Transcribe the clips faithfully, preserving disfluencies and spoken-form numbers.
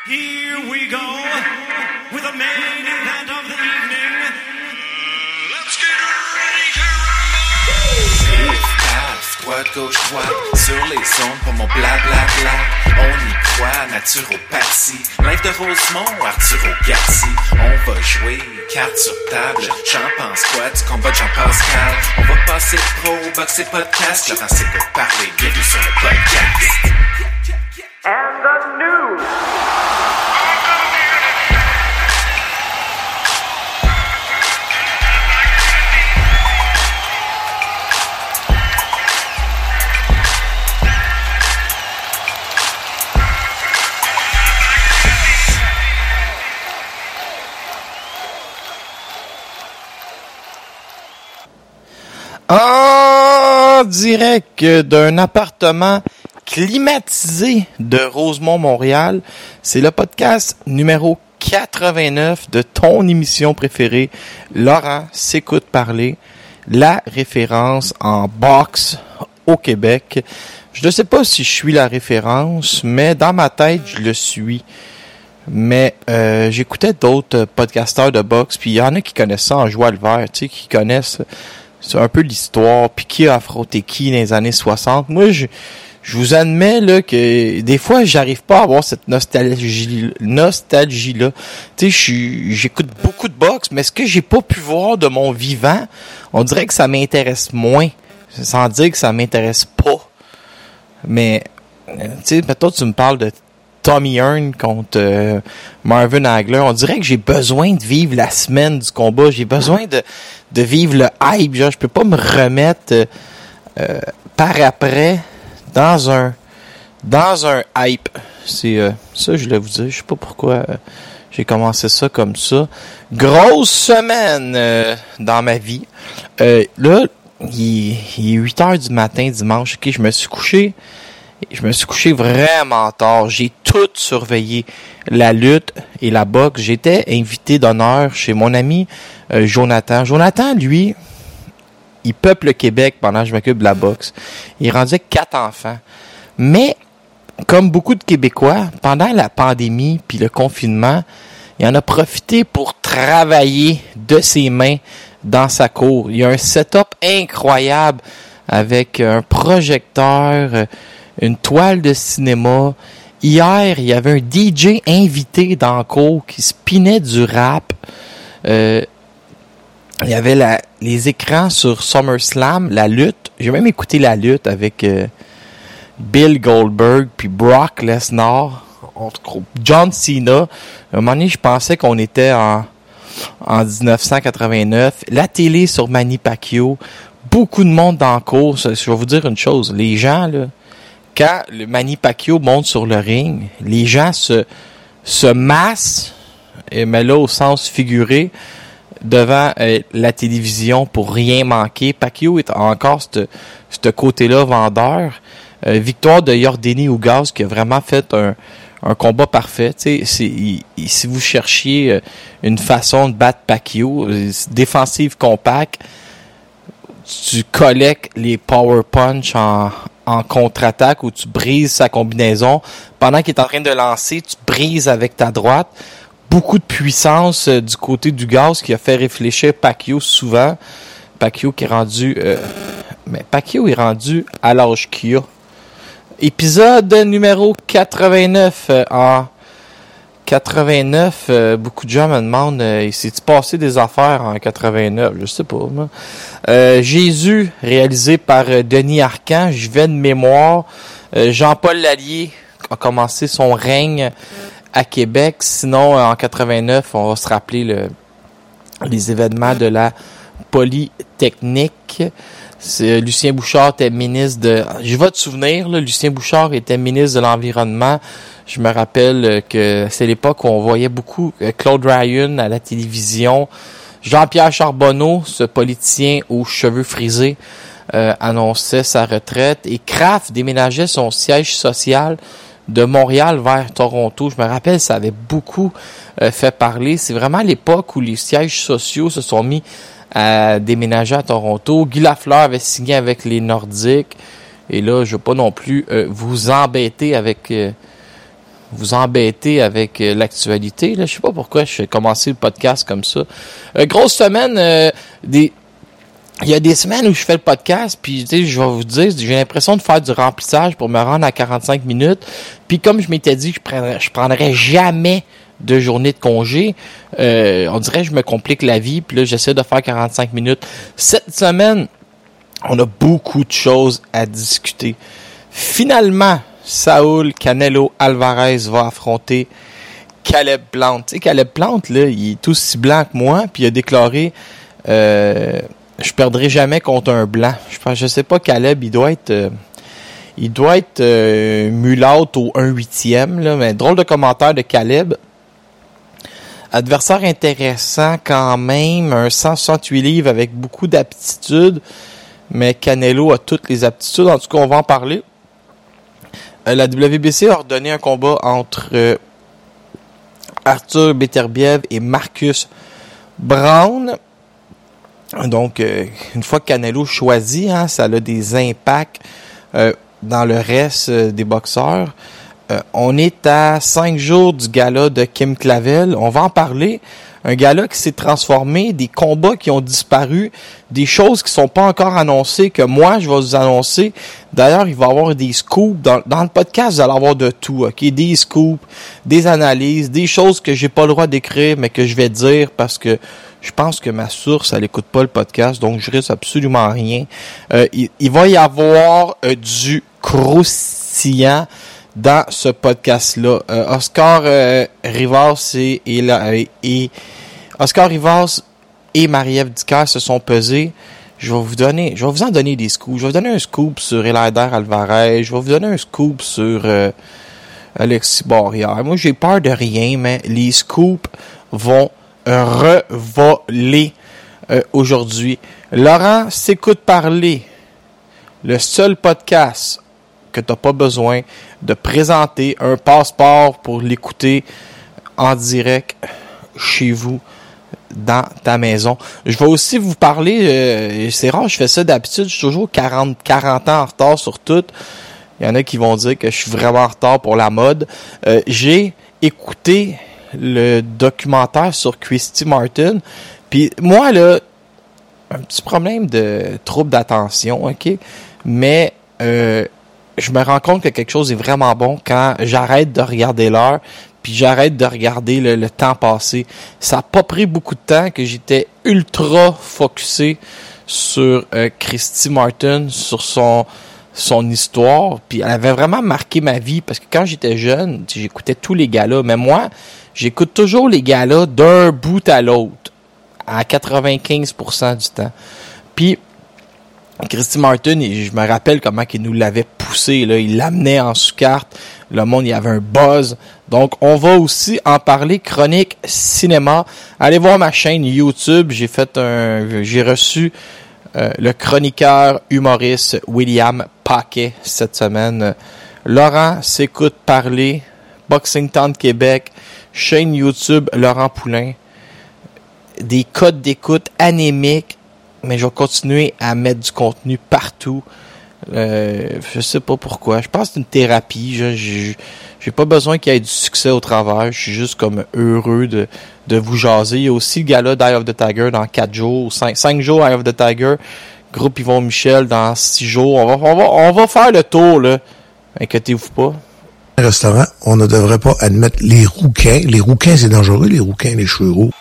Here we go with the main event of the evening. Let's get ready to rumble! Paf, droite, gauche, droite, sur les ondes pour mon blablabla. On y croit, naturopathie. Live de Rosemont, Arturo Garci. On va jouer, carte sur table. J'en pense quoi du combat de Jean-Pascal? On va passer pro, boxer podcast. Laurent c'est pour parler, bienvenue sur le podcast. And the news. En direct d'un appartement climatisé de Rosemont, Montréal, c'est le podcast numéro quatre-vingt-neuf de ton émission préférée, Laurent s'écoute parler, la référence en boxe au Québec. Je ne sais pas si je suis la référence, mais dans ma tête, je le suis. Mais euh, j'écoutais d'autres podcasteurs de boxe, puis il y en a qui connaissent ça en joie le vert, tu sais, qui connaissent... C'est un peu l'histoire, puis qui a affronté qui dans les années soixante. Moi, je, je vous admets là que des fois, j'arrive pas à avoir cette nostalgie, nostalgie-là. Tu sais, j'écoute beaucoup de boxe, mais ce que j'ai pas pu voir de mon vivant, on dirait que ça m'intéresse moins. Sans dire que ça m'intéresse pas. Mais, tu sais, mettons, tu me parles de Tommy Hearn contre euh, Marvin Hagler. On dirait que j'ai besoin de vivre la semaine du combat. J'ai besoin de, de vivre le hype. Genre, je peux pas me remettre euh, euh, par après dans un dans un hype. C'est euh, ça, je voulais vous dire. Je sais pas pourquoi euh, j'ai commencé ça comme ça. Grosse semaine euh, dans ma vie. Euh, là, il, il est huit heures du matin dimanche. Ok, je me suis couché. Je me suis couché vraiment tard. J'ai tout surveillé, la lutte et la boxe. J'étais invité d'honneur chez mon ami euh, Jonathan. Jonathan, lui, il peuple le Québec pendant que je m'occupe de la boxe. Il rendait quatre enfants. Mais, comme beaucoup de Québécois, pendant la pandémie puis le confinement, il en a profité pour travailler de ses mains dans sa cour. Il y a un setup incroyable avec un projecteur... Euh, une toile de cinéma. Hier, il y avait un D J invité dans le cours qui spinait du rap. Euh, il y avait la, les écrans sur SummerSlam, la lutte. J'ai même écouté la lutte avec euh, Bill Goldberg puis Brock Lesnar. John Cena. À un moment donné, je pensais qu'on était en, en dix-neuf cent quatre-vingt-neuf. La télé sur Manny Pacquiao. Beaucoup de monde dans le cours. Je vais vous dire une chose. Les gens, là, quand le Manny Pacquiao monte sur le ring, les gens se, se massent, mais là au sens figuré, devant euh, la télévision pour rien manquer. Pacquiao est encore ce côté-là vendeur. Euh, victoire de Yordeni Ugas qui a vraiment fait un, un combat parfait. Tu sais, c'est, il, il, si vous cherchiez euh, une façon de battre Pacquiao, euh, défensive compacte, tu collectes les power punch en en contre-attaque où tu brises sa combinaison. Pendant qu'il est en train de lancer, tu brises avec ta droite. Beaucoup de puissance euh, du côté du gaz qui a fait réfléchir Pacquiao souvent. Pacquiao qui est rendu... Euh, mais Pacquiao est rendu à l'âge qu'il a. Épisode numéro quatre-vingt-neuf. Euh, en quatre-vingt-neuf, euh, beaucoup de gens me demandent euh, il s'est-tu passé des affaires en quatre-vingt-neuf? Je sais pas, moi. Euh, Jésus, réalisé par euh, Denis Arcand, je vais de mémoire. Euh, Jean-Paul Lallier a commencé son règne à Québec. Sinon, en quatre-vingt-neuf, on va se rappeler le, les événements de la Polytechnique. C'est, Lucien Bouchard était ministre de... Je vais te souvenir, là, Lucien Bouchard était ministre de l'Environnement. Je me rappelle que c'est l'époque où on voyait beaucoup Claude Ryan à la télévision. Jean-Pierre Charbonneau, ce politicien aux cheveux frisés, euh, annonçait sa retraite. Et Kraft déménageait son siège social de Montréal vers Toronto. Je me rappelle, ça avait beaucoup euh, fait parler. C'est vraiment l'époque où les sièges sociaux se sont mis à déménager à Toronto. Guy Lafleur avait signé avec les Nordiques. Et là, je ne veux pas non plus euh, vous embêter avec... Euh, vous embêter avec euh, l'actualité. Là, je sais pas pourquoi je commencé le podcast comme ça. Euh, grosse semaine, euh, des il y a des semaines où je fais le podcast, puis tu sais, je vais vous dire, j'ai l'impression de faire du remplissage pour me rendre à quarante-cinq minutes. Puis comme je m'étais dit, je prendrais, je prendrais jamais de journée de congé. Euh, on dirait que je me complique la vie, puis là, j'essaie de faire quarante-cinq minutes. Cette semaine, on a beaucoup de choses à discuter. Finalement, Saúl Canelo Alvarez va affronter Caleb Plant. Tu sais, Caleb Plant, là, il est aussi blanc que moi, puis il a déclaré... Euh, je perdrai jamais contre un blanc. Je pense, je sais pas, Caleb, il doit être, euh, il doit être euh, mulâtre au un huitième, là, mais drôle de commentaire de Caleb. Adversaire intéressant quand même, un cent soixante-huit livres avec beaucoup d'aptitudes, mais Canelo a toutes les aptitudes. En tout cas, on va en parler. Euh, la W B C a ordonné un combat entre euh, Arthur Beterbiev et Marcus Browne. Donc, euh, une fois que Canelo choisit, hein, ça a des impacts euh, dans le reste euh, des boxeurs. Euh, on est à cinq jours du gala de Kim Clavel. On va en parler. Un gala qui s'est transformé, des combats qui ont disparu, des choses qui sont pas encore annoncées, que moi, je vais vous annoncer. D'ailleurs, il va y avoir des scoops. Dans, dans le podcast, vous allez avoir de tout, ok? Des scoops, des analyses, des choses que j'ai pas le droit d'écrire, mais que je vais dire parce que je pense que ma source, elle écoute pas le podcast, donc je risque absolument rien. Euh, il, il va y avoir euh, du croustillant dans ce podcast-là. Euh, Oscar euh, Rivas et, et, la, et Oscar Rivas et Marie-Ève Dicker se sont pesés. Je vais vous donner, je vais vous en donner des scoops. Je vais vous donner un scoop sur Eleider Alvarez. Je vais vous donner un scoop sur euh, Alexis Barrière. Moi, j'ai peur de rien, mais les scoops vont revoler euh, aujourd'hui. Laurent s'écoute parler. Le seul podcast que tu n'as pas besoin de présenter un passeport pour l'écouter en direct chez vous, dans ta maison. Je vais aussi vous parler, euh, c'est rare, je fais ça d'habitude, je suis toujours quarante, quarante ans en retard sur tout. Il y en a qui vont dire que je suis vraiment en retard pour la mode. Euh, j'ai écouté le documentaire sur Christy Martin, puis moi, là, un petit problème de trouble d'attention, ok? Mais euh, je me rends compte que quelque chose est vraiment bon quand j'arrête de regarder l'heure, puis j'arrête de regarder le, le temps passé. Ça n'a pas pris beaucoup de temps que j'étais ultra focusé sur euh, Christy Martin, sur son son histoire, puis elle avait vraiment marqué ma vie, parce que quand j'étais jeune, j'écoutais tous les galas, mais moi, j'écoute toujours les galas d'un bout à l'autre, à quatre-vingt-quinze pour cent du temps. Puis, Christy Martin, je me rappelle comment il nous l'avait poussé, là, il l'amenait en sous-carte, le monde, il y avait un buzz. Donc, on va aussi en parler, chronique cinéma. Allez voir ma chaîne YouTube, j'ai fait un, j'ai reçu euh, le chroniqueur humoriste William Paquet cette semaine. Laurent s'écoute parler, Boxing Town Québec, chaîne YouTube Laurent Poulain. Des codes d'écoute anémiques, mais je vais continuer à mettre du contenu partout. Euh, je sais pas pourquoi. Je pense que c'est une thérapie. Je, je, j'ai pas besoin qu'il y ait du succès au travers. Je suis juste comme heureux de, de vous jaser. Il y a aussi le gala d'Eye of the Tiger dans quatre jours, cinq, cinq jours Eye of the Tiger. Groupe Yvon Michel dans six jours. On va, on va, on va faire le tour, là. Inquiétez-vous pas. Restaurant, on ne devrait pas admettre les rouquins. Les rouquins, c'est dangereux, les rouquins, les cheveux roux.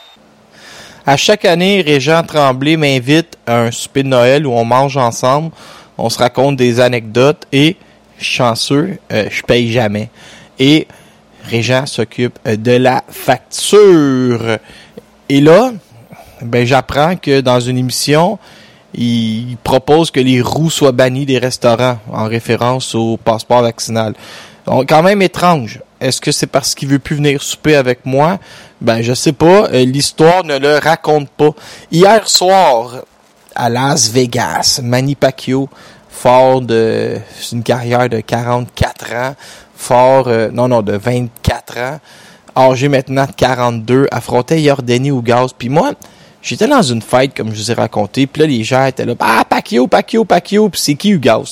À chaque année, Régent Tremblay m'invite à un souper de Noël où on mange ensemble, on se raconte des anecdotes et, chanceux, euh, je paye jamais. Et Régent s'occupe de la facture. Et là, ben j'apprends que dans une émission, il propose que les roux soient bannis des restaurants en référence au passeport vaccinal. Donc, quand même étrange. Est-ce que c'est parce qu'il veut plus venir souper avec moi? Ben, je sais pas. Euh, l'histoire ne le raconte pas. Hier soir, à Las Vegas, Manny Pacquiao, fort de... C'est une carrière de quarante-quatre ans. Fort... Euh, non, non, de vingt-quatre ans. Âgé maintenant de quarante-deux. Affrontait Yordenis Ugas. Puis moi, j'étais dans une fête, comme je vous ai raconté. Puis là, les gens étaient là. Ah, Pacquiao, Pacquiao, Pacquiao. Puis c'est qui Ugas?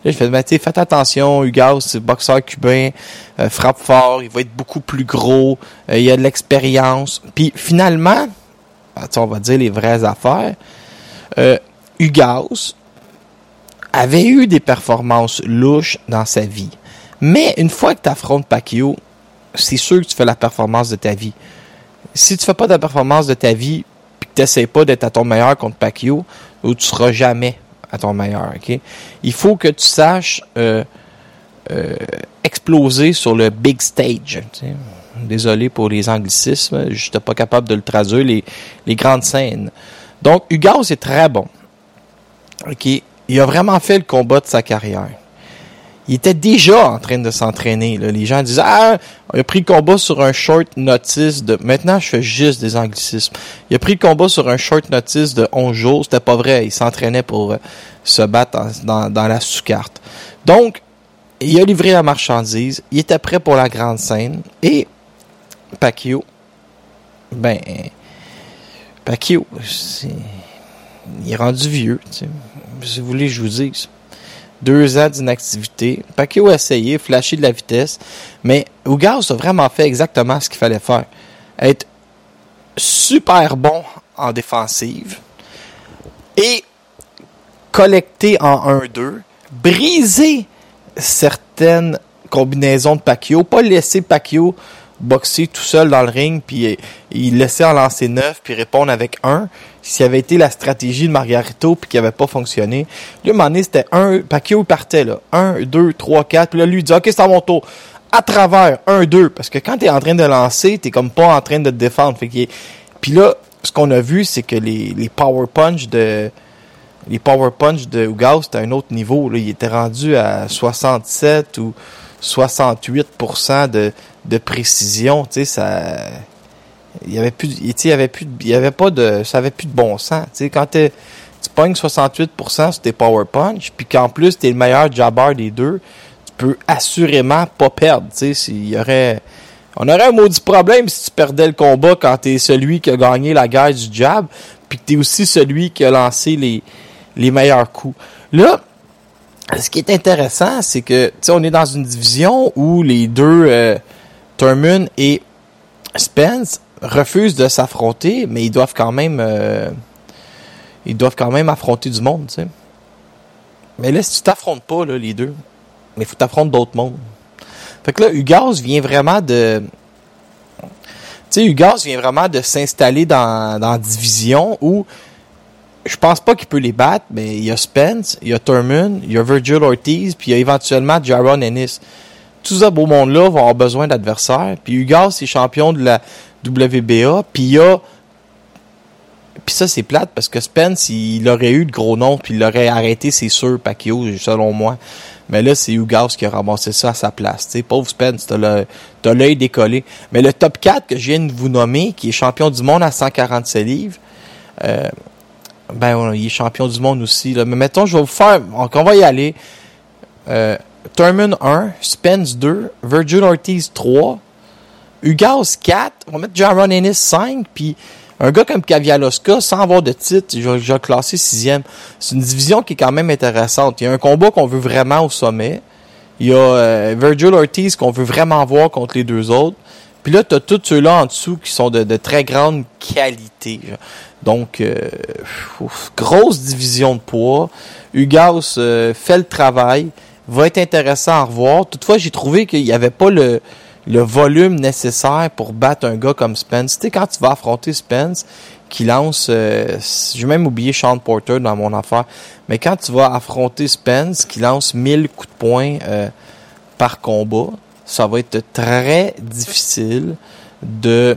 Là, je fais, ben, tu sais, faites attention, Ugas, c'est boxeur cubain, euh, frappe fort, il va être beaucoup plus gros, euh, il a de l'expérience. Puis finalement, ben, on va dire les vraies affaires, euh, Ugas avait eu des performances louches dans sa vie. Mais une fois que tu affrontes Pacquiao, c'est sûr que tu fais la performance de ta vie. Si tu fais pas de la performance de ta vie, puis que tu n'essaies pas d'être à ton meilleur contre Pacquiao, ou tu seras jamais à ton meilleur, ok? Il faut que tu saches euh, euh, exploser sur le big stage. T'sais. Désolé pour les anglicismes, je n'étais pas capable de le traduire, les, les grandes scènes. Donc, Ugas est très bon. Ok? Il a vraiment fait le combat de sa carrière. Il était déjà en train de s'entraîner. Là. Les gens disaient « Ah, il a pris le combat sur un short notice de... » Maintenant, je fais juste des anglicismes. Il a pris le combat sur un short notice de onze jours. C'était pas vrai. Il s'entraînait pour euh, se battre en, dans, dans la sous-carte. Donc, il a livré la marchandise. Il était prêt pour la grande scène. Et Pacquiao, ben, Pacquiao, c'est... il est rendu vieux. T'sais. Si vous voulez, je vous dis... Deux ans d'inactivité. Pacquiao a essayé, flashé de la vitesse. Mais Ugas a vraiment fait exactement ce qu'il fallait faire. Être super bon en défensive. Et collecter en un deux. Briser certaines combinaisons de Pacquiao. Pas laisser Pacquiao boxer tout seul dans le ring. Puis il laissait en lancer neuf. Puis répondre avec un. S'il avait été la stratégie de Margarito puis qui n'avait pas fonctionné. Lui, à un moment donné, c'était un... Pacquiao partait, là. un, deux, trois, quatre. Puis là, lui, il dit « OK, c'est à mon tour. » À travers, un, deux. Parce que quand t'es en train de lancer, t'es comme pas en train de te défendre. Fait qu'il est... Puis là, ce qu'on a vu, c'est que les, les power punch de... Les power punch de Ugas, c'était à un autre niveau, là. Il était rendu à soixante-sept ou soixante-huit pour cent de, de précision. Tu sais, ça... Il y avait plus, il y avait plus, il y avait pas de, ça avait plus de bon sens. Tu sais, quand t'es, tu pognes soixante-huit pour cent sur tes power punch, puis qu'en plus t'es le meilleur jabber des deux, tu peux assurément pas perdre. Tu sais, s'il y aurait, on aurait un maudit problème si tu perdais le combat quand t'es celui qui a gagné la guerre du jab, puis que t'es aussi celui qui a lancé les, les meilleurs coups. Là, ce qui est intéressant, c'est que, tu sais, on est dans une division où les deux, euh, Thurman et Spence refusent de s'affronter, mais ils doivent quand même euh, ils doivent quand même affronter du monde, tu sais. Mais là, si tu t'affrontes pas, là, les deux, mais il faut t'affronter d'autres mondes. Fait que là, Ugas vient vraiment de... Tu sais, Ugas vient vraiment de s'installer dans, dans la division où je pense pas qu'il peut les battre, mais il y a Spence, il y a Thurman, il y a Virgil Ortiz, puis il y a éventuellement Jaron Ennis. Tout ce beau monde-là va avoir besoin d'adversaires. Puis Ugas, c'est champion de la W B A. Puis il y a... Puis ça, c'est plate parce que Spence, il aurait eu de gros noms. Puis il aurait arrêté, c'est sûr, Pacquiao, selon moi. Mais là, c'est Ugas qui a ramassé ça à sa place. T'sais, pauvre Spence, t'as, le, t'as l'œil décollé. Mais le top quatre que je viens de vous nommer, qui est champion du monde à cent quarante-sept livres, euh, ben, il est champion du monde aussi. Là. Mais mettons, je vais vous faire... Donc, on va y aller. Euh... Thurman un, Spence deux, Virgil Ortiz trois, Ugas quatre, on va mettre Jaron Ennis cinq, puis un gars comme Kavialoska, sans avoir de titre, je vais classer sixième. C'est une division qui est quand même intéressante. Il y a un combat qu'on veut vraiment au sommet. Il y a euh, Virgil Ortiz qu'on veut vraiment voir contre les deux autres. Puis là, tu as tous ceux-là en dessous qui sont de, de très grande qualité. Donc, euh, ouf, grosse division de poids. Ugas euh, fait le travail. Va être intéressant à revoir. Toutefois, j'ai trouvé qu'il n'y avait pas le, le volume nécessaire pour battre un gars comme Spence. Tu sais, quand tu vas affronter Spence, qui lance... Euh, j'ai même oublié Sean Porter dans mon affaire. Mais quand tu vas affronter Spence, qui lance mille coups de poing euh, par combat, ça va être très difficile de...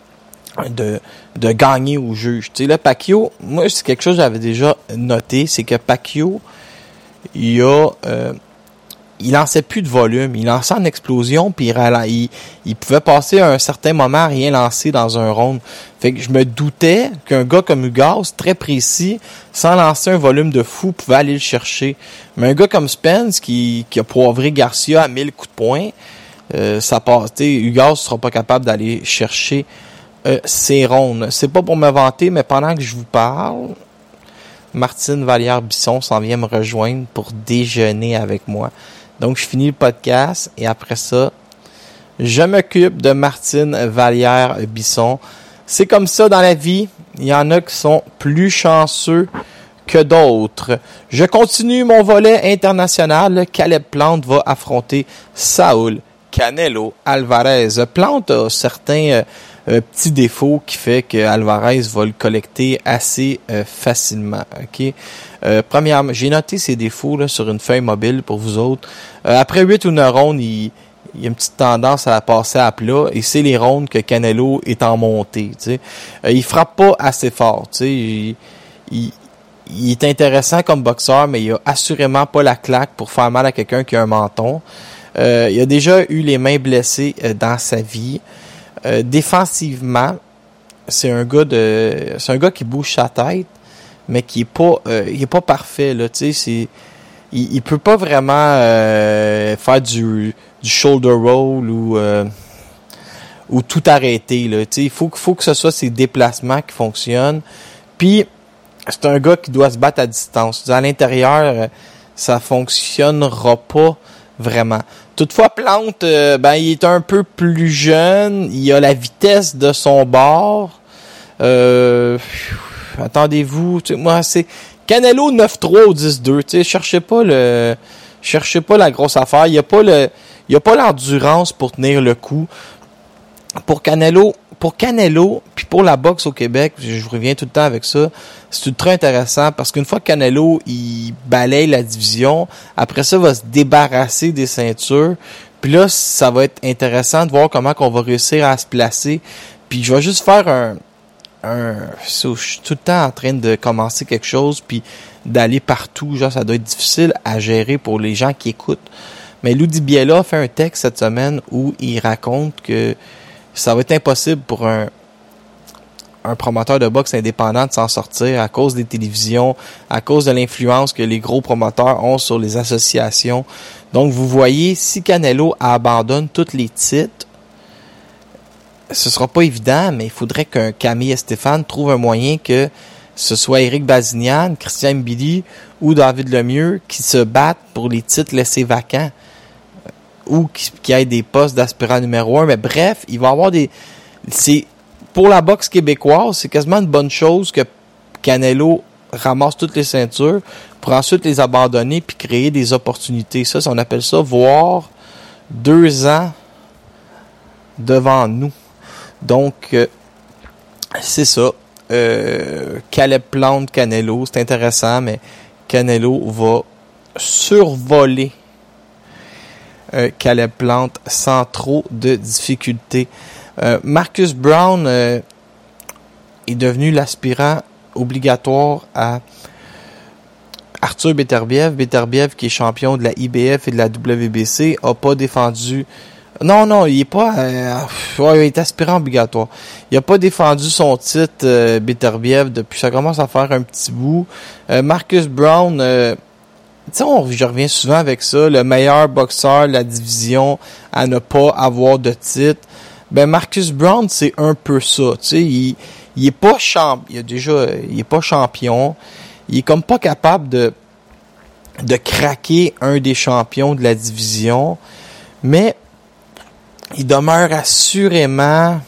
de de gagner au juge. Tu sais, là, Pacquiao, moi, c'est quelque chose que j'avais déjà noté, c'est que Pacquiao, il a... Euh, il lançait plus de volume, il lançait en explosion, puis il, il, il pouvait passer à un certain moment à rien lancer dans un round. Fait que je me doutais qu'un gars comme Ugas, très précis, sans lancer un volume de fou, pouvait aller le chercher. Mais un gars comme Spence, qui, qui a poivré Garcia à mille coups de poing, euh, ça passe, tu sais, Ugas sera pas capable d'aller chercher euh, ses rounds. C'est pas pour me vanter, mais pendant que je vous parle, Martine Vallière-Bisson s'en vient me rejoindre pour déjeuner avec moi. Donc, je finis le podcast et après ça, je m'occupe de Martine Vallière-Bisson. C'est comme ça dans la vie. Il y en a qui sont plus chanceux que d'autres. Je continue mon volet international. Caleb Plante va affronter Saúl Canelo Alvarez. Plante a certains euh, euh, petits défauts qui fait que Alvarez va le collecter assez euh, facilement. Ok. Euh, premièrement, j'ai noté ces défauts là, sur une feuille mobile pour vous autres. Euh, après huit ou neuf rondes, il, il y a une petite tendance à la passer à plat et c'est les rondes que Canelo est en montée. Tu sais. Euh, il frappe pas assez fort. Tu sais. Il, il, il est intéressant comme boxeur, mais il a assurément pas la claque pour faire mal à quelqu'un qui a un menton. Euh, il a déjà eu les mains blessées euh, dans sa vie. Euh, défensivement, c'est un gars de, c'est un gars qui bouge sa tête, mais qui est pas, euh, il est pas parfait là. Tu sais, c'est, il, il peut pas vraiment euh, faire du, du shoulder roll ou euh, ou tout arrêter là. Tu sais, il faut, faut que ce soit ses déplacements qui fonctionnent. Puis c'est un gars qui doit se battre à distance. À l'intérieur, ça fonctionnera pas vraiment. Toutefois, Plante, euh, ben, il est un peu plus jeune. Il a la vitesse de son bord. Euh, attendez-vous. Moi, c'est Canelo neuf trois au dix deux. Tu sais, cherchez pas le, cherchez pas la grosse affaire. Il y a pas le, il y a pas l'endurance pour tenir le coup. Pour Canelo, pour Canelo, puis pour la boxe au Québec, je reviens tout le temps avec ça, c'est très intéressant parce qu'une fois que Canelo, il balaye la division, après ça, il va se débarrasser des ceintures, puis là, ça va être intéressant de voir comment on va réussir à se placer, puis je vais juste faire un... un je suis tout le temps en train de commencer quelque chose, puis d'aller partout, genre, ça doit être difficile à gérer pour les gens qui écoutent. Mais Lou DiBiella a fait un texte cette semaine où il raconte que ça va être impossible pour un, un promoteur de boxe indépendant de s'en sortir à cause des télévisions, à cause de l'influence que les gros promoteurs ont sur les associations. Donc, vous voyez, si Canelo abandonne tous les titres, ce sera pas évident, mais il faudrait qu'un Camille Stéphane trouve un moyen que ce soit Éric Bazignan, Christian Mbili ou David Lemieux qui se battent pour les titres laissés vacants. Ou qui, qui ait des postes d'aspirant numéro un. Mais bref, il va y avoir des... C'est, pour la boxe québécoise, c'est quasiment une bonne chose que Canelo ramasse toutes les ceintures pour ensuite les abandonner puis créer des opportunités. Ça, on appelle ça voir deux ans devant nous. Donc, euh, c'est ça. Euh, Caleb Plante, Canelo, c'est intéressant, mais Canelo va survoler Euh, Caleb Plante sans trop de difficultés. Euh, Marcus Brown euh, est devenu l'aspirant obligatoire à Arthur Beterbiev. Beterbiev, qui est champion de la I B F et de la W B C, a pas défendu... Non, non, il est pas... Euh, ouais, il est aspirant obligatoire. Il a pas défendu son titre, euh, Beterbiev, depuis ça commence à faire un petit bout. Euh, Marcus Brown... Euh, Tu sais, je reviens souvent avec ça, le meilleur boxeur de la division à ne pas avoir de titre. Ben, Marcus Brown, c'est un peu ça. Tu sais, il, il est pas champ, il a déjà, il est pas champion. Il est comme pas capable de, de craquer un des champions de la division. Mais, il demeure assurément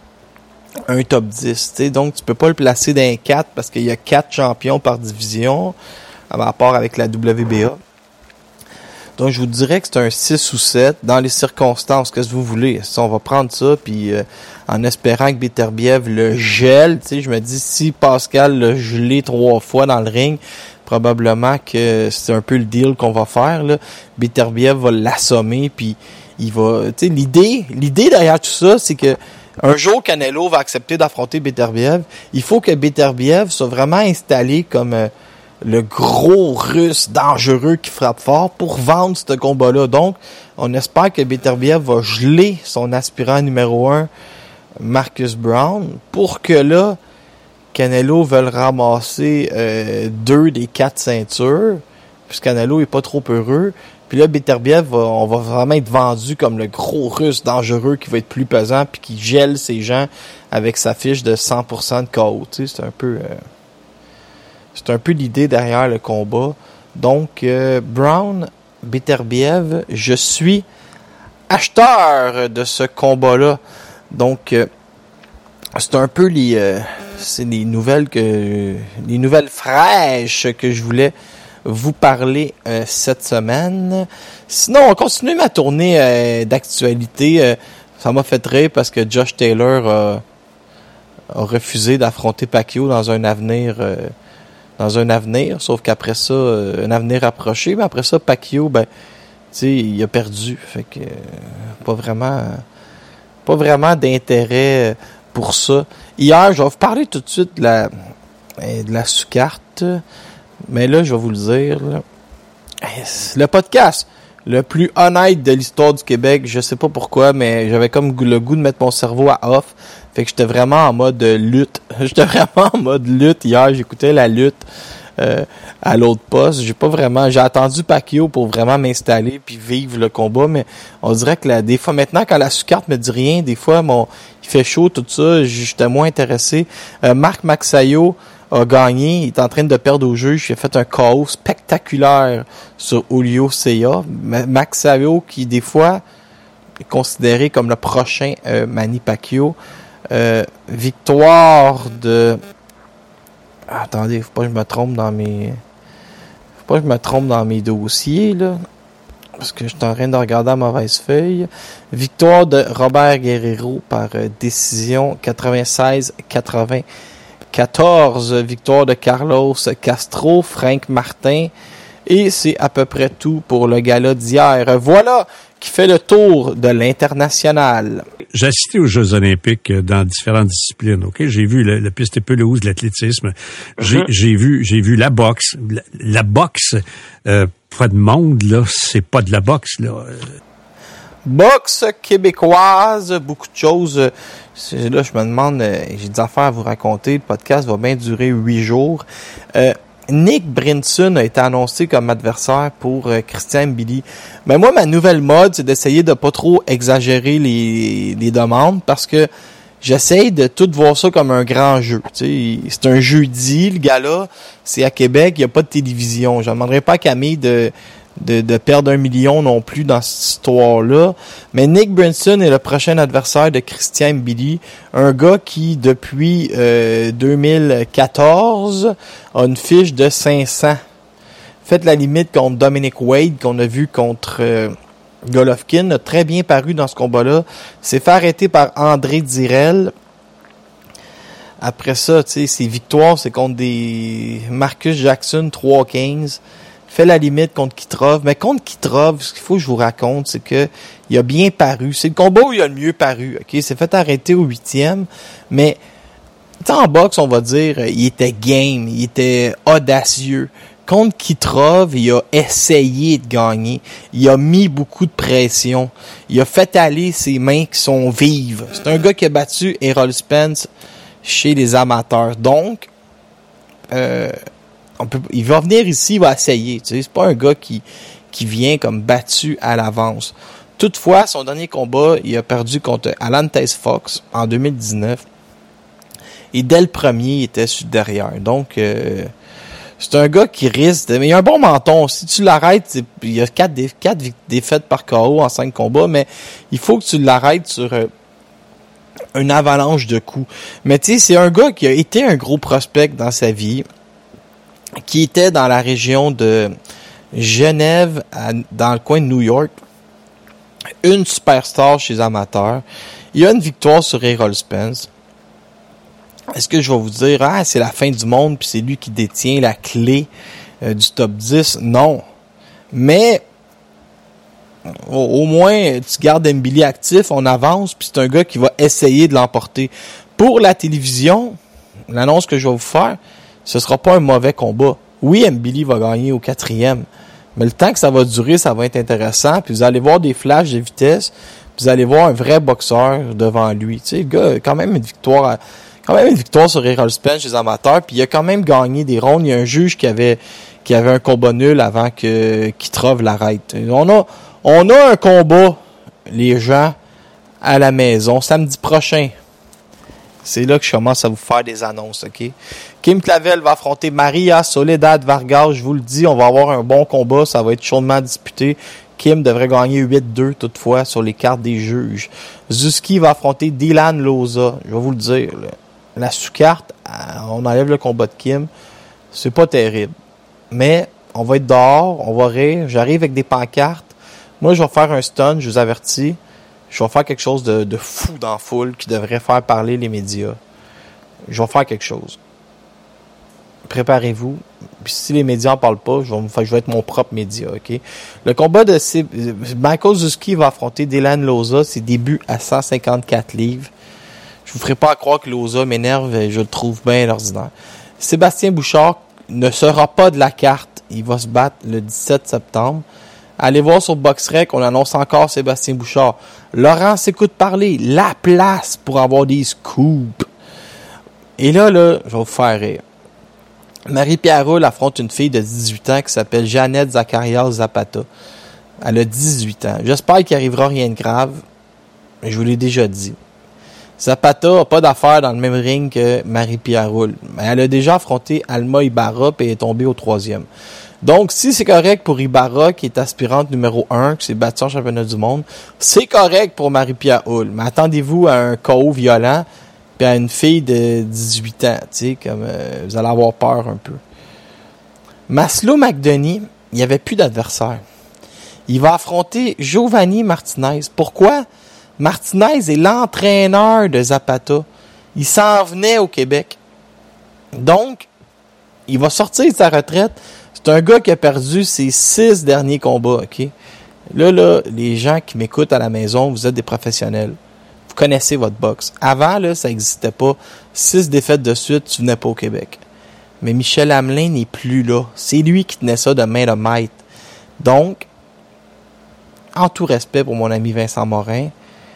un top dix. Tu sais, donc, tu peux pas le placer dans les quatre parce qu'il y a quatre champions par division. À rapport avec la W B A. Donc, je vous dirais que c'est un six ou sept dans les circonstances. Qu'est-ce que vous voulez? Si on va prendre ça, puis euh, en espérant que Beterbiev le gèle, tu sais, je me dis, si Pascal l'a gelé trois fois dans le ring, probablement que c'est un peu le deal qu'on va faire, là. Beterbiev va l'assommer, puis il va... Tu sais, l'idée, l'idée derrière tout ça, c'est que un jour, Canelo va accepter d'affronter Beterbiev. Il faut que Beterbiev soit vraiment installé comme... Euh, le gros russe dangereux qui frappe fort pour vendre ce combat-là. Donc, on espère que Beterbiev va geler son aspirant numéro un, Marcus Brown, pour que là, Canelo veuille ramasser euh, deux des quatre ceintures, puisque Canelo est pas trop heureux. Puis là, Beterbiev, va, on va vraiment être vendu comme le gros russe dangereux qui va être plus pesant puis qui gèle ces gens avec sa fiche de cent pour cent de K O. Tu sais, c'est un peu... Euh, C'est un peu l'idée derrière le combat. Donc, euh, Brown Beterbiev, je suis acheteur de ce combat-là. Donc, euh, c'est un peu les, euh, c'est les nouvelles que, les nouvelles fraîches que je voulais vous parler euh, cette semaine. Sinon, on continue ma tournée euh, d'actualité. Euh, ça m'a fait rire parce que Josh Taylor euh, a refusé d'affronter Pacquiao dans un avenir, euh, dans un avenir. Sauf qu'après ça, euh, un avenir approché. Mais après ça, Pacquiao, ben, tu sais, il a perdu. Fait que euh, pas vraiment, pas vraiment d'intérêt pour ça. Hier, je vais vous parler tout de suite de la, de la sous-carte. Mais là, je vais vous le dire. Là. Le podcast le plus honnête de l'histoire du Québec, je sais pas pourquoi, mais j'avais comme le goût de mettre mon cerveau à off. Fait que j'étais vraiment en mode lutte. J'étais vraiment en mode lutte hier. J'écoutais la lutte euh, à l'autre poste. J'ai pas vraiment... J'ai attendu Pacquiao pour vraiment m'installer puis vivre le combat, mais on dirait que la, des fois, maintenant, quand la sous-carte me dit rien, des fois, mon il fait chaud, tout ça, j'étais moins intéressé. Euh, Marc Maxayo a gagné, il est en train de perdre au juge, il a fait un K O spectaculaire sur Julio Cella. Maxayo qui des fois est considéré comme le prochain euh, Manny Pacquiao. Euh, victoire de... Ah, attendez, faut pas que je me trompe dans mes... Faut pas que je me trompe dans mes dossiers, là. Parce que je suis en train de regarder la mauvaise feuille. Victoire de Robert Guerrero par euh, décision quatre-vingt-seize à quatre-vingt-quatorze. Victoire de Carlos Castro, Frank Martin. Et c'est à peu près tout pour le gala d'hier. Voilà qui fait le tour de l'international. J'ai assisté aux Jeux olympiques dans différentes disciplines. Ok, j'ai vu le, le piste pelouse, l'athlétisme. J'ai, uh-huh. j'ai vu, j'ai vu la boxe. La, la boxe, euh, pas de monde là, c'est pas de la boxe là. Boxe québécoise, beaucoup de choses. C'est, là, je me demande, euh, j'ai des affaires à vous raconter. Le podcast va bien durer huit jours. Euh, Nick Brinson a été annoncé comme adversaire pour euh, Christian Mbili. Mais moi, ma nouvelle mode, c'est d'essayer de pas trop exagérer les, les demandes parce que j'essaye de tout voir ça comme un grand jeu. Tu sais, c'est un jeudi, le gala, c'est à Québec, il n'y a pas de télévision. Je ne demanderai pas à Camille de, de, de perdre un million non plus dans cette histoire-là. Mais Nick Brinson est le prochain adversaire de Christian Mbili, un gars qui, depuis euh, deux mille quatorze, a une fiche de cinq cents. Fait la limite contre Dominic Wade, qu'on a vu contre euh, Golovkin, a très bien paru dans ce combat-là. S'est fait arrêter par André Direl. Après ça, tu sais, ses victoires, c'est contre des Marcus Jackson trois quinze. Fait la limite contre Kitrov. Mais contre Kitrov, ce qu'il faut que je vous raconte, c'est que il a bien paru. C'est le combat où il a le mieux paru. Ok, il s'est fait arrêter au huitième. Mais en boxe, on va dire, il était game, il était audacieux. Contre Kitrov, il a essayé de gagner. Il a mis beaucoup de pression. Il a fait aller ses mains qui sont vives. C'est un gars qui a battu Errol Spence chez les amateurs. Donc, euh, on peut, il va venir ici, il va essayer. Tu sais, c'est pas un gars qui, qui vient comme battu à l'avance. Toutefois, son dernier combat, il a perdu contre Alan Taze Fox en deux mille dix-neuf. Et dès le premier, il était sur derrière. Donc, euh, c'est un gars qui risque de... Mais il a un bon menton. Si tu l'arrêtes, c'est... il y a quatre, dé... quatre défaites par K O en cinq combats, mais il faut que tu l'arrêtes sur euh, une avalanche de coups. Mais tu sais, c'est un gars qui a été un gros prospect dans sa vie, qui était dans la région de Genève, à... dans le coin de New York. Une superstar chez les amateurs. Il a une victoire sur Errol Spence. Est-ce que je vais vous dire, ah, c'est la fin du monde, puis c'est lui qui détient la clé euh, du top dix? Non. Mais, au, au moins, tu gardes Mbili actif, on avance, puis c'est un gars qui va essayer de l'emporter. Pour la télévision, l'annonce que je vais vous faire, ce sera pas un mauvais combat. Oui, Mbili va gagner au quatrième, mais le temps que ça va durer, ça va être intéressant, puis vous allez voir des flashs de vitesse, puis vous allez voir un vrai boxeur devant lui. Tu sais, le gars a quand même une victoire à... quand même une victoire sur Errol Spence chez les amateurs, puis il a quand même gagné des rondes. Il y a un juge qui avait qui avait un combat nul avant que Kitrov l'arrête. On a on a un combat, les gens, à la maison, samedi prochain. c'est là que je commence à vous faire des annonces, OK? Kim Clavel va affronter Maria Soledad Vargas. Je vous le dis, on va avoir un bon combat. Ça va être chaudement disputé. Kim devrait gagner huit deux toutefois sur les cartes des juges. Zuski va affronter Dylan Loza. Je vais vous le dire, là. La sous-carte, on enlève le combat de Kim. C'est pas terrible. Mais on va être dehors, on va rire. J'arrive avec des pancartes. Moi, je vais faire un stun, je vous avertis. Je vais faire quelque chose de, de fou dans la foule qui devrait faire parler les médias. Je vais faire quelque chose. Préparez-vous. Puis si les médias en parlent pas, je vais, me faire, je vais être mon propre média, OK? Le combat de C- Michael Zuski va affronter Dylan Loza. C'est début à cent cinquante-quatre livres. Je vous ferai pas croire que Loza m'énerve, je le trouve bien ordinaire. Sébastien Bouchard ne sera pas de la carte. Il va se battre le dix-sept septembre. Allez voir sur BoxRec, on annonce encore Sébastien Bouchard. Laurent s'écoute parler. La place pour avoir des scoops. Et là, là, je vais vous faire rire. Marie-Pierre Roule affronte une fille de dix-huit ans qui s'appelle Jeannette Zacharias Zapata. Elle a dix-huit ans. J'espère qu'il n'arrivera rien de grave. Je vous l'ai déjà dit. Zapata n'a pas d'affaires dans le même ring que Marie-Pierre Roule. Mais elle a déjà affronté Alma Ibarra et est tombée au troisième. Donc, si c'est correct pour Ibarra, qui est aspirante numéro un, qui s'est battue en championnat du monde, c'est correct pour Marie-Pierre Roule. Mais attendez-vous à un K O violent puis à une fille de dix-huit ans, tu sais, comme euh, vous allez avoir peur un peu. Maslow McDonough, il n'y avait plus d'adversaire. Il va affronter Giovanni Martinez. Pourquoi? Martinez est l'entraîneur de Zapata. Il s'en venait au Québec. Donc, il va sortir de sa retraite. C'est un gars qui a perdu ses six derniers combats, OK? Là, là, les gens qui m'écoutent à la maison, vous êtes des professionnels. Vous connaissez votre boxe. Avant, là, ça n'existait pas. Six défaites de suite, tu venais pas au Québec. Mais Michel Hamelin n'est plus là. C'est lui qui tenait ça de main de maître. Donc, en tout respect pour mon ami Vincent Morin,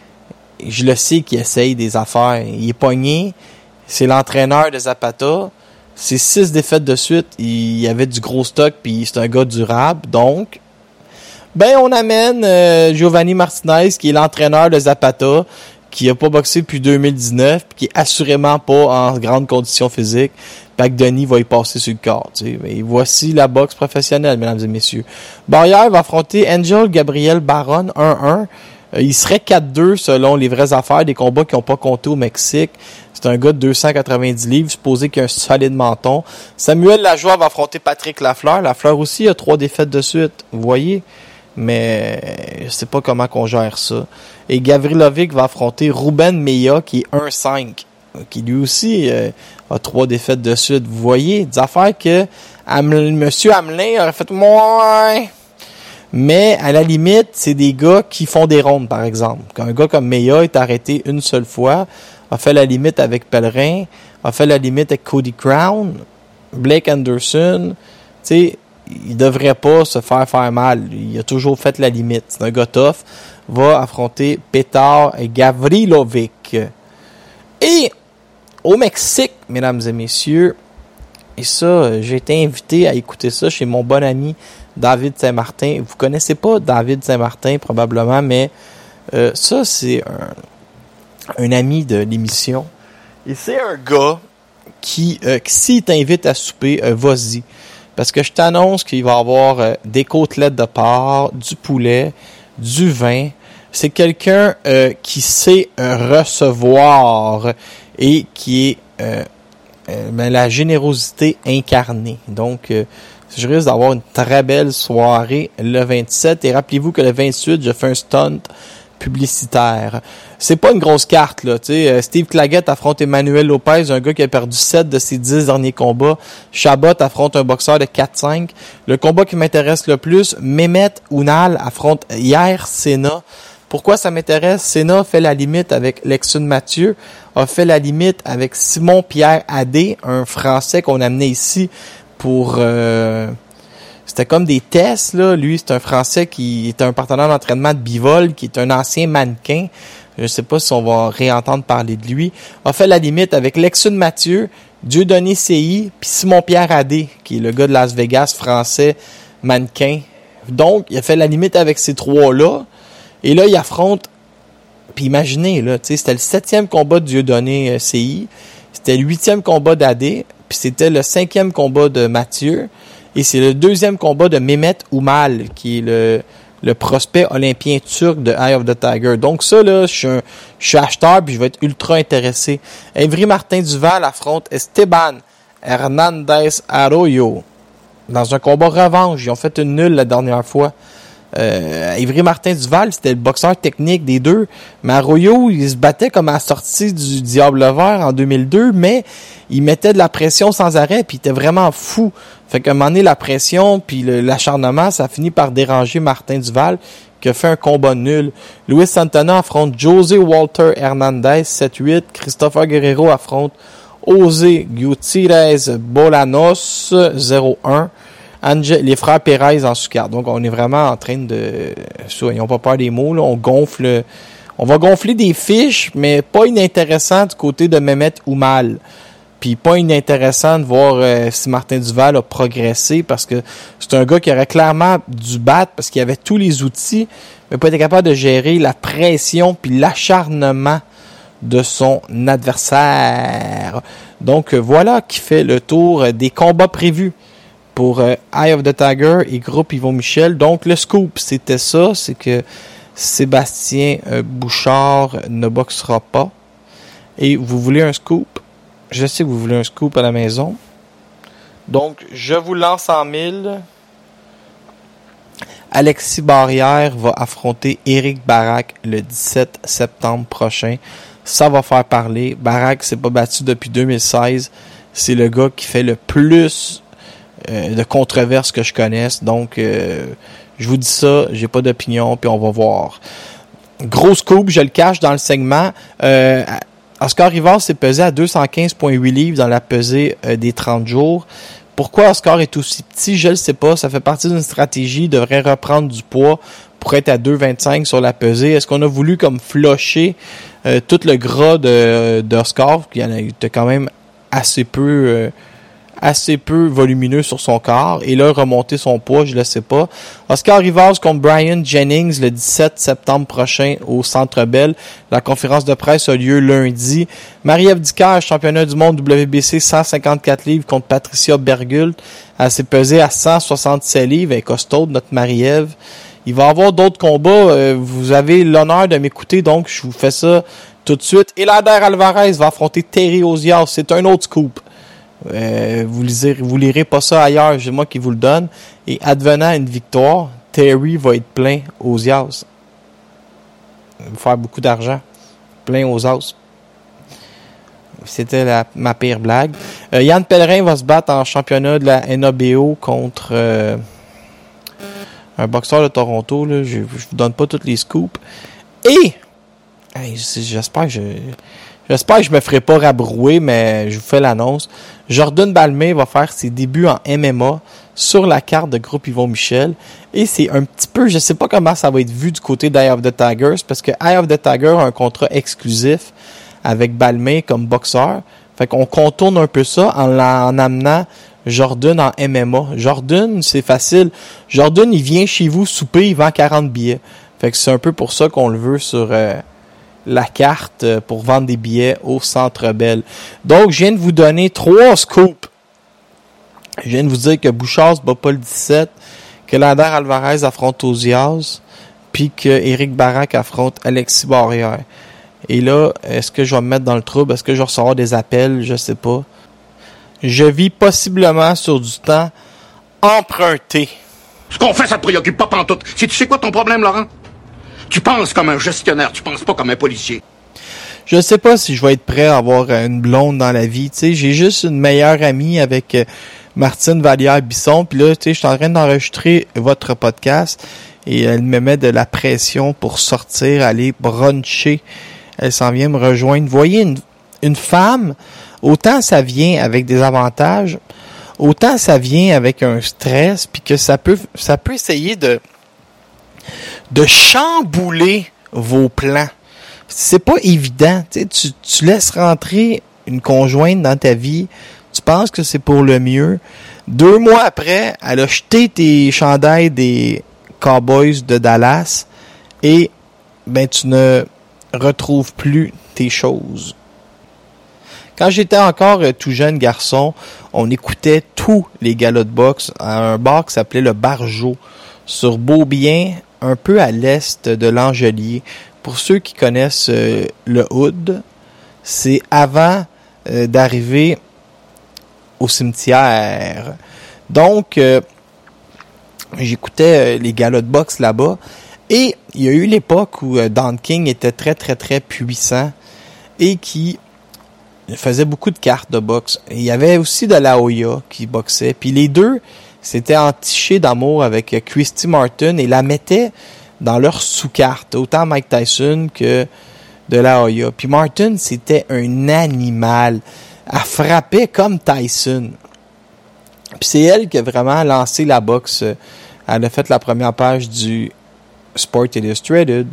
je le sais qu'il essaye des affaires. Il est pogné. C'est l'entraîneur de Zapata. C'est six défaites de suite. Il y avait du gros stock, puis c'est un gars durable. Donc, ben, on amène euh, Giovanni Martinez, qui est l'entraîneur de Zapata, qui a pas boxé depuis deux mille dix-neuf, puis qui est assurément pas en grande condition physique. Fait que Denis va y passer sur le corps. Tu sais. Et voici la boxe professionnelle, mesdames et messieurs. Barrière va affronter Angel Gabriel Baron, un un. Il serait quatre deux selon les vraies affaires, des combats qui n'ont pas compté au Mexique. C'est un gars de deux cent quatre-vingt-dix livres, supposé qu'il a un solide menton. Samuel Lajoie va affronter Patrick Lafleur. Lafleur aussi a trois défaites de suite, vous voyez? Mais je sais pas comment qu'on gère ça. Et Gavrilovic va affronter Ruben Meya, qui est un cinq, qui lui aussi euh, a trois défaites de suite. Vous voyez? Des affaires que Hamelin, Monsieur Hamelin aurait fait « moins ». Mais, à la limite, c'est des gars qui font des rondes, par exemple. Quand un gars comme Meya est arrêté une seule fois, a fait la limite avec Pellerin, a fait la limite avec Cody Crown, Blake Anderson, tu sais, il devrait pas se faire faire mal. Il a toujours fait la limite. C'est un gars tough. Va affronter Petar Gavrilovic. Et, au Mexique, mesdames et messieurs, et ça, j'ai été invité à écouter ça chez mon bon ami David Saint-Martin. Vous connaissez pas David Saint-Martin probablement, mais euh, ça, c'est un, un ami de l'émission. Et c'est un gars qui, euh, qui s'il t'invite à souper, euh, vas-y. Parce que je t'annonce qu'il va y avoir euh, des côtelettes de porc, du poulet, du vin. C'est quelqu'un euh, qui sait euh, recevoir et qui est euh, euh, ben, la générosité incarnée. Donc, euh, je risque d'avoir une très belle soirée le vingt-sept. Et rappelez-vous que le vingt-huit, je fais un stunt publicitaire. C'est pas une grosse carte, là. Tu sais, Steve Claggett affronte Emmanuel Lopez, un gars qui a perdu sept de ses dix derniers combats. Chabot affronte un boxeur de quatre cinq. Le combat qui m'intéresse le plus, Mehmet Ounal affronte Yair Sena. Pourquoi ça m'intéresse? Sena fait la limite avec Lexun Mathieu, a fait la limite avec Simon-Pierre Adé, un Français qu'on a amené ici pour... Euh, c'était comme des tests, là. Lui, c'est un Français qui est un partenaire d'entraînement de Bivol, qui est un ancien mannequin. Je ne sais pas si on va réentendre parler de lui. A fait la limite avec Lexun Mathieu, Dieudonné C I, puis Simon-Pierre Adé, qui est le gars de Las Vegas, français, mannequin. Donc, il a fait la limite avec ces trois-là. Et là, il affronte Puis imaginez, là, tu sais, c'était le septième combat de Dieudonné euh, C I, c'était le huitième combat d'Adé, puis c'était le cinquième combat de Mathieu, et c'est le deuxième combat de Mehmet Oumal, qui est le, le prospect olympien turc de Eye of the Tiger. Donc ça, là, je suis un, je suis acheteur, puis je vais être ultra intéressé. Évry Martin Duval affronte Esteban Hernandez Arroyo dans un combat revanche. Ils ont fait une nulle la dernière fois. Euh, Évry Martin Duval, c'était le boxeur technique des deux, mais Arroyo, il se battait comme à la sortie du Diable Vert en deux mille deux, mais il mettait de la pression sans arrêt, puis il était vraiment fou. Fait qu'à un moment donné, la pression puis le, l'acharnement, ça finit par déranger Martin Duval, qui a fait un combat nul. Luis Santana affronte José Walter Hernandez, sept huit. Christopher Guerrero affronte José Gutiérrez Bolanos, zéro un. Angel, les frères Pérez en sous-carte. Donc, on est vraiment en train de... Soyons pas peur des mots, là. On gonfle... On va gonfler des fiches, mais pas inintéressant du côté de Mehmet Oumal. Puis pas inintéressant de voir euh, si Martin Duval a progressé, parce que c'est un gars qui aurait clairement dû battre, parce qu'il avait tous les outils, mais pas été capable de gérer la pression puis l'acharnement de son adversaire. Donc, voilà qui fait le tour des combats prévus pour euh, Eye of the Tiger et Groupe Yvon Michel. Donc, le scoop, c'était ça, c'est que Sébastien euh, Bouchard ne boxera pas. Et vous voulez un scoop? Je sais que vous voulez un scoop à la maison. Donc, je vous lance en mille. Alexis Barrière va affronter Éric Barak le dix-sept septembre prochain. Ça va faire parler. Barak s'est pas battu depuis deux mille seize. C'est le gars qui fait le plus Euh, de controverses que je connaisse. Donc, euh, je vous dis ça, j'ai pas d'opinion, puis on va voir. Gros scoop, je le cache dans le segment. Euh, Oscar Rivas s'est pesé à deux cent quinze virgule huit livres dans la pesée euh, des trente jours. Pourquoi Oscar est aussi petit, je le sais pas. Ça fait partie d'une stratégie. Il devrait reprendre du poids pour être à deux vingt-cinq sur la pesée. Est-ce qu'on a voulu comme flusher euh, tout le gras de d'Oscar, qui était quand même assez peu... Euh, assez peu volumineux sur son corps, et là, remonter son poids, je le sais pas. Oscar Rivas contre Brian Jennings le dix-sept septembre prochain au Centre Bell. La conférence de presse a lieu lundi. Marie-Ève Dicker, championnat du monde W B C cent cinquante-quatre livres contre Patricia Bergult. Elle s'est pesée à cent soixante-sept livres. Elle est costaude, notre Marie-Ève. Il va y avoir d'autres combats. Vous avez l'honneur de m'écouter, donc je vous fais ça tout de suite. Elander Alvarez va affronter Terry Ozias. C'est un autre scoop. Euh, vous lisez, vous lirez pas ça ailleurs, c'est moi qui vous le donne. Et advenant une victoire, Terry va être plein aux Ozias. Il va faire beaucoup d'argent. Plein aux Ozias. C'était la, ma pire blague. Euh, Yann Pellerin va se battre en championnat de la N A B O contre euh, un boxeur de Toronto. Là. Je, je vous donne pas tous les scoops. Et hey, j'espère que je J'espère que je me ferai pas rabrouer, mais je vous fais l'annonce. Jordan Balmé va faire ses débuts en M M A sur la carte de Groupe Yvon Michel. Et c'est un petit peu, je sais pas comment ça va être vu du côté d'Eye of the Tigers, parce que Eye of the Tiger a un contrat exclusif avec Balmé comme boxeur. Fait qu'on contourne un peu ça en, en amenant Jordan en M M A. Jordan, c'est facile. Jordan, il vient chez vous souper, il vend quarante billets. Fait que c'est un peu pour ça qu'on le veut sur... Euh, la carte pour vendre des billets au Centre Bell. Donc, je viens de vous donner trois scoops. Je viens de vous dire que Bouchard se bat pas le dix-sept, que Elander Alvarez affronte Ozias, puis que Éric Barak affronte Alexis Barrière. Et là, est-ce que je vais me mettre dans le trouble? Est-ce que je vais recevoir des appels? Je sais pas. Je vis possiblement sur du temps emprunté. Ce qu'on fait, ça te préoccupe pas pantoute. Si tu sais quoi ton problème, Laurent? Tu penses comme un gestionnaire, tu penses pas comme un policier. Je sais pas si je vais être prêt à avoir une blonde dans la vie. Tu sais, j'ai juste une meilleure amie avec euh, Martine Vallière-Bisson. Puis là, tu sais, je suis en train d'enregistrer votre podcast et elle me met de la pression pour sortir, aller bruncher. Elle s'en vient me rejoindre. Vous voyez, une, une femme, autant ça vient avec des avantages, autant ça vient avec un stress, puis que ça peut, ça peut essayer de de chambouler vos plans. C'est pas évident. Tu, tu laisses rentrer une conjointe dans ta vie, tu penses que c'est pour le mieux. Deux mois après, elle a jeté tes chandails des Cowboys de Dallas et ben tu ne retrouve plus tes choses. Quand j'étais encore euh, tout jeune garçon, on écoutait tous les galas de boxe à un bar qui s'appelait le Barjo, sur Beaubien, un peu à l'est de l'Angelier. Pour ceux qui connaissent euh, le Hood, c'est avant euh, d'arriver au cimetière. Donc, euh, j'écoutais euh, les galas de boxe là-bas. Et il y a eu l'époque où euh, Don King était très, très, très puissant et qui faisait beaucoup de cartes de boxe. Et il y avait aussi de la Hoya qui boxait. Puis les deux s'étaient entichés d'amour avec Christy Martin et la mettaient dans leur sous-carte. Autant Mike Tyson que de la Hoya. Puis Martin, c'était un animal. Elle frappait comme Tyson. Puis c'est elle qui a vraiment lancé la boxe. Elle a fait la première page du Sport Illustrated.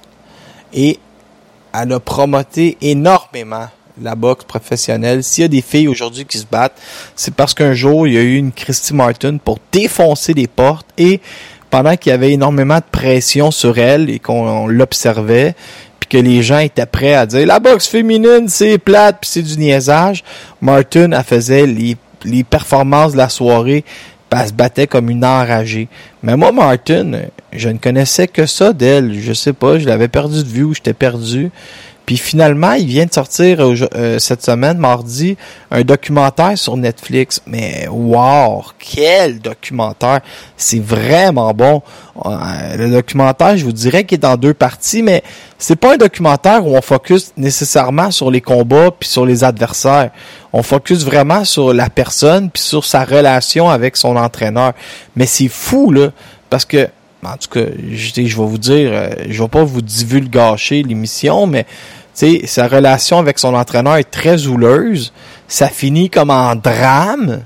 Et elle a promoté énormément la boxe professionnelle. S'il y a des filles aujourd'hui qui se battent, c'est parce qu'un jour, il y a eu une Christy Martin pour défoncer les portes et pendant qu'il y avait énormément de pression sur elle et qu'on l'observait, puis que les gens étaient prêts à dire « La boxe féminine, c'est plate, puis c'est du niaisage », Martin, elle faisait les, les performances de la soirée, puis elle se battait comme une enragée. Mais moi, Martin, je ne connaissais que ça d'elle. Je sais pas, je l'avais perdu de vue ou j'étais perdu. Puis finalement, il vient de sortir euh, cette semaine, mardi, un documentaire sur Netflix. Mais wow, quel documentaire! C'est vraiment bon. Euh, le documentaire, je vous dirais qu'il est en deux parties, mais c'est pas un documentaire où on focus nécessairement sur les combats puis sur les adversaires. On focus vraiment sur la personne puis sur sa relation avec son entraîneur. Mais c'est fou, là, parce que en tout cas, je, je vais vous dire, euh, je vais pas vous divulgacher l'émission, mais tu sais, sa relation avec son entraîneur est très houleuse. Ça finit comme en drame.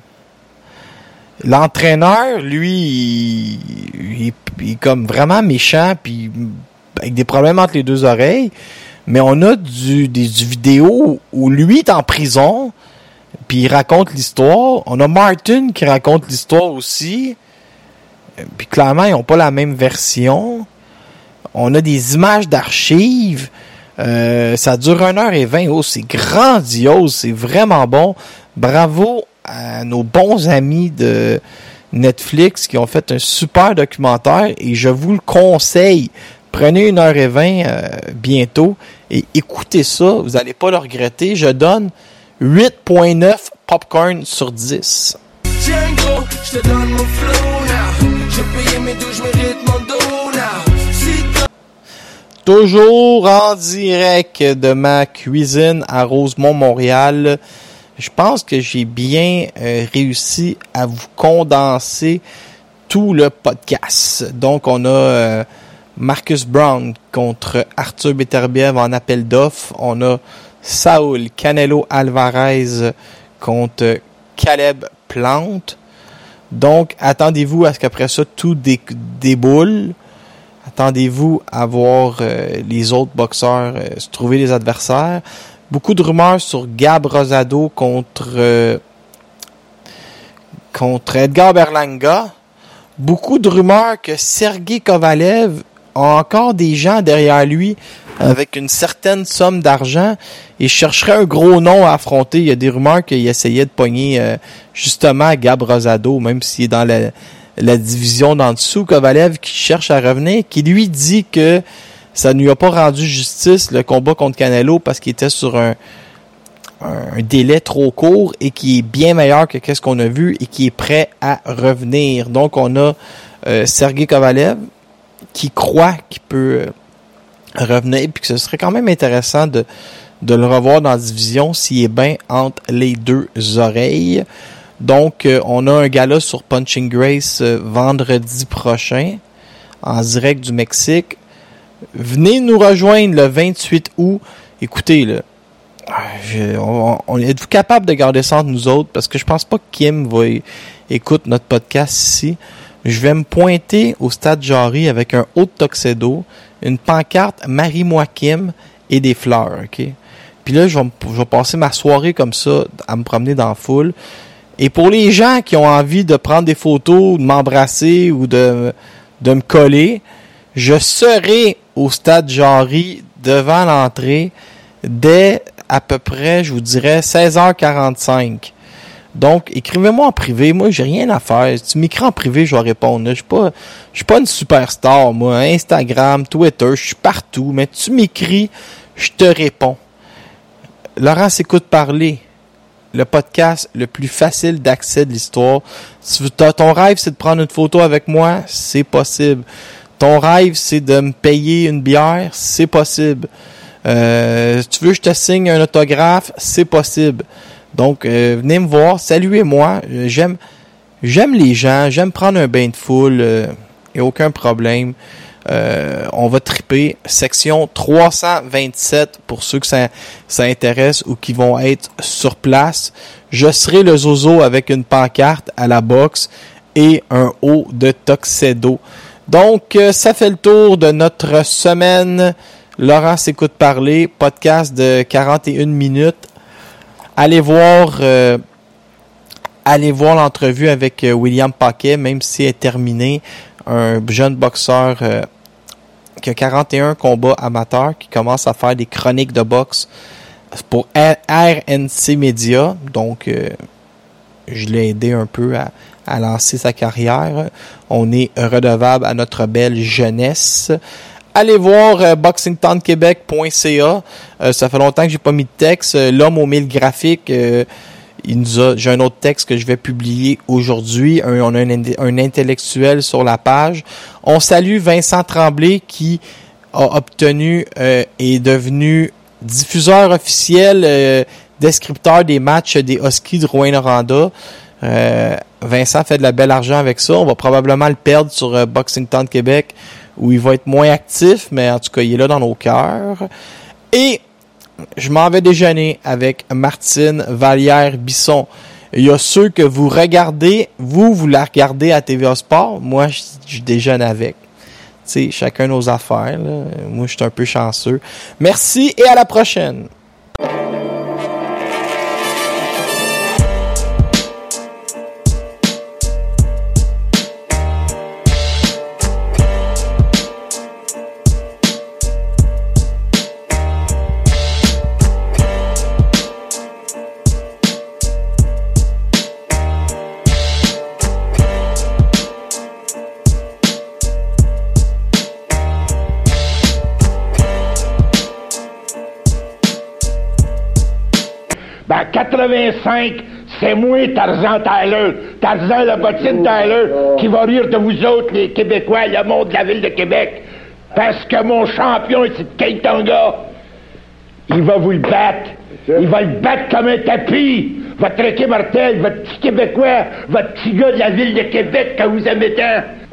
L'entraîneur, lui, il, il, il est comme vraiment méchant, puis avec des problèmes entre les deux oreilles. Mais on a du, des du vidéo où lui est en prison, puis il raconte l'histoire. On a Martin qui raconte l'histoire aussi. Puis clairement, ils n'ont pas la même version. On a des images d'archives. Euh, ça dure une heure et vingt. Oh, c'est grandiose. C'est vraiment bon. Bravo à nos bons amis de Netflix qui ont fait un super documentaire. Et je vous le conseille. Prenez une heure et vingt euh, bientôt et écoutez ça. Vous n'allez pas le regretter. Je donne huit virgule neuf popcorn sur dix. Django, je te donne mon flow now. J'ai payé mes douches, mérite mon dos now. Si Toujours en direct de ma cuisine à Rosemont, Montréal. Je pense que j'ai bien euh, réussi à vous condenser tout le podcast. Donc, on a euh, Marcus Brown contre Arthur Beterbiev en appel d'offres. On a Saul Canelo Alvarez contre Caleb Plante. Donc, attendez-vous à ce qu'après ça, tout dé- déboule. Attendez-vous à voir euh, les autres boxeurs euh, se trouver des adversaires. Beaucoup de rumeurs sur Gab Rosado contre, euh, contre Edgar Berlanga. Beaucoup de rumeurs que Sergey Kovalev a encore des gens derrière lui avec une certaine somme d'argent et chercherait un gros nom à affronter. Il y a des rumeurs qu'il essayait de pogner euh, justement Gab Rosado, même s'il est dans la, la division d'en dessous. Kovalev qui cherche à revenir, qui lui dit que ça ne lui a pas rendu justice le combat contre Canelo parce qu'il était sur un, un délai trop court et qui est bien meilleur que qu'est-ce qu'on a vu et qui est prêt à revenir. Donc on a euh, Sergey Kovalev qui croit qu'il peut euh, revenir puis que ce serait quand même intéressant de, de le revoir dans la division s'il est bien entre les deux oreilles. Donc euh, on a un gala sur Punching Grace euh, vendredi prochain en direct du Mexique. Venez nous rejoindre le vingt-huit août. Écoutez, là, je, on, on, êtes-vous capable de garder ça entre nous autres? Parce que je pense pas que Kim va é- écoute notre podcast ici. Je vais me pointer au Stade Jarry avec un haut tuxedo, une pancarte Marie-moi Kim et des fleurs, ok? Puis là, je vais, je vais passer ma soirée comme ça, à me promener dans la foule. Et pour les gens qui ont envie de prendre des photos, de m'embrasser ou de, de me coller, je serai au Stade Jarry de devant l'entrée dès à peu près, je vous dirais, seize heures quarante-cinq. Donc, écrivez-moi en privé. Moi, j'ai rien à faire. Si tu m'écris en privé, je vais répondre. Je suis pas, je suis pas une superstar, moi. Instagram, Twitter, je suis partout. Mais tu m'écris, je te réponds. Laurent s'écoute parler. Le podcast le plus facile d'accès de l'histoire. Si ton rêve, c'est de prendre une photo avec moi, c'est possible. Ton rêve, c'est de me payer une bière, c'est possible. Euh, si tu veux que je te signe un autographe, c'est possible. Donc, euh, venez me voir, saluez-moi. J'aime, j'aime les gens, j'aime prendre un bain de foule, euh, y a aucun problème. Euh, on va triper. Section trois cent vingt-sept pour ceux que ça, ça intéresse ou qui vont être sur place. Je serai le zozo avec une pancarte à la boxe et un haut de Tuxedo. Donc, euh, ça fait le tour de notre semaine. Laurent s'écoute parler, podcast de quarante et une minutes. Allez voir, euh, allez voir l'entrevue avec euh, William Paquet, même si elle est terminée. Un jeune boxeur euh, qui a quarante et un combats amateurs, qui commence à faire des chroniques de boxe pour R N C Media. Donc, euh, je l'ai aidé un peu à, à lancer sa carrière. On est redevable à notre belle jeunesse. Allez voir euh, boxing town québec point c a. Euh, ça fait longtemps que j'ai pas mis de texte. Euh, L'homme aux mille graphiques, euh, il nous a. J'ai un autre texte que je vais publier aujourd'hui. Un, on a un, un intellectuel sur la page. On salue Vincent Tremblay qui a obtenu euh, est devenu diffuseur officiel, euh, descripteur des matchs des Huskies de Rouyn-Noranda. Euh, Vincent fait de la belle argent avec ça. On va probablement le perdre sur euh, Boxing Town Québec, où il va être moins actif, mais en tout cas, il est là dans nos cœurs. Et je m'en vais déjeuner avec Martine Vallière-Bisson. Il y a ceux que vous regardez, vous, vous la regardez à T V A Sport. Moi, je, je déjeune avec. Tu sais, chacun nos affaires, là. Moi, je suis un peu chanceux. Merci et à la prochaine. Ben, quatre-vingt-cinq, c'est moi, Tarzan Tyler. Tarzan, la bottine Tyler, qui va rire de vous autres, les Québécois, le monde de la ville de Québec. Parce que mon champion, c'est Keitonga. Il va vous le battre. Il va le battre comme un tapis. Votre Ricky Martel, votre petit Québécois, votre petit gars de la ville de Québec que vous aimez tant.